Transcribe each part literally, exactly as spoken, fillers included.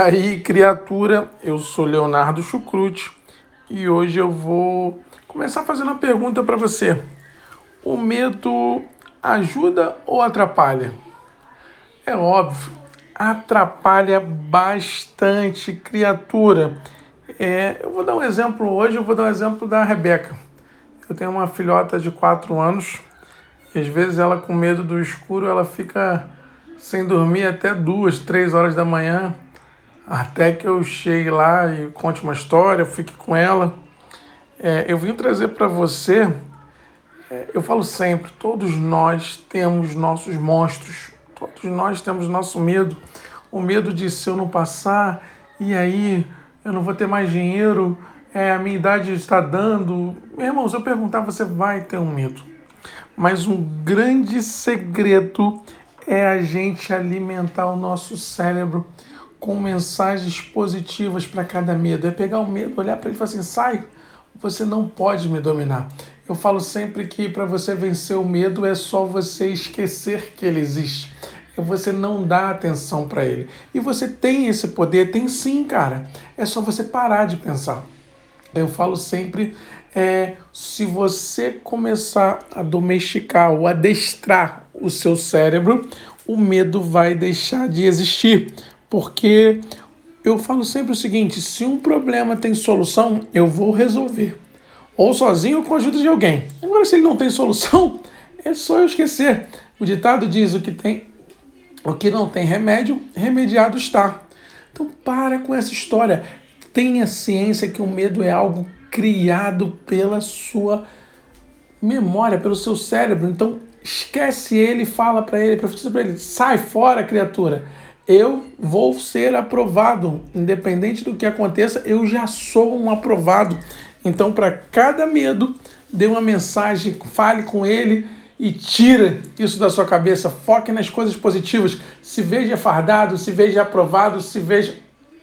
Aí, criatura, eu sou Leonardo Chucrute e hoje eu vou começar fazendo uma pergunta para você. O medo ajuda ou atrapalha? É óbvio, atrapalha bastante, criatura. É, eu vou dar um exemplo hoje, eu vou dar um exemplo da Rebeca. Eu tenho uma filhota de quatro anos e às vezes ela com medo do escuro, ela fica sem dormir até duas, três horas da manhã. Até que eu chegue lá e conte uma história, fique com ela. É, eu vim trazer para você, é, eu falo sempre, todos nós temos nossos monstros, todos nós temos nosso medo. O medo de se eu não passar, e aí eu não vou ter mais dinheiro, é, a minha idade está dando. Meu irmão, se eu perguntar, você vai ter um medo. Mas um grande segredo é a gente alimentar o nosso cérebro com mensagens positivas para cada medo. É pegar o medo, olhar para ele e falar assim: sai, você não pode me dominar. Eu falo sempre que para você vencer o medo é só você esquecer que ele existe. É você não dar atenção para ele. E você tem esse poder, tem sim, cara. É só você parar de pensar. Eu falo sempre, é, se você começar a domesticar ou adestrar o seu cérebro, o medo vai deixar de existir. Porque eu falo sempre o seguinte: se um problema tem solução, eu vou resolver. Ou sozinho ou com a ajuda de alguém. Agora, se ele não tem solução, é só eu esquecer. O ditado diz: o que tem, o que não tem remédio, remediado está. Então para com essa história. Tenha ciência que o medo é algo criado pela sua memória, pelo seu cérebro. Então esquece ele, fala para ele, profetiza para ele: sai fora, criatura. Eu vou ser aprovado, independente do que aconteça, eu já sou um aprovado. Então, para cada medo, dê uma mensagem, fale com ele e tira isso da sua cabeça. Foque nas coisas positivas. Se veja fardado, se veja aprovado, se veja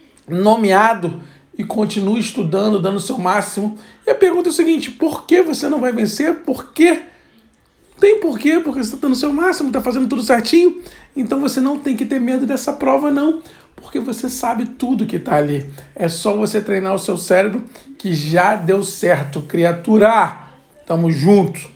nomeado e continue estudando, dando o seu máximo. E a pergunta é o seguinte: por que você não vai vencer? Por quê? Tem porquê, porque você está dando o seu máximo, está fazendo tudo certinho. Então você não tem que ter medo dessa prova, não, porque você sabe tudo que está ali. É só você treinar o seu cérebro que já deu certo, criatura. Tamo junto.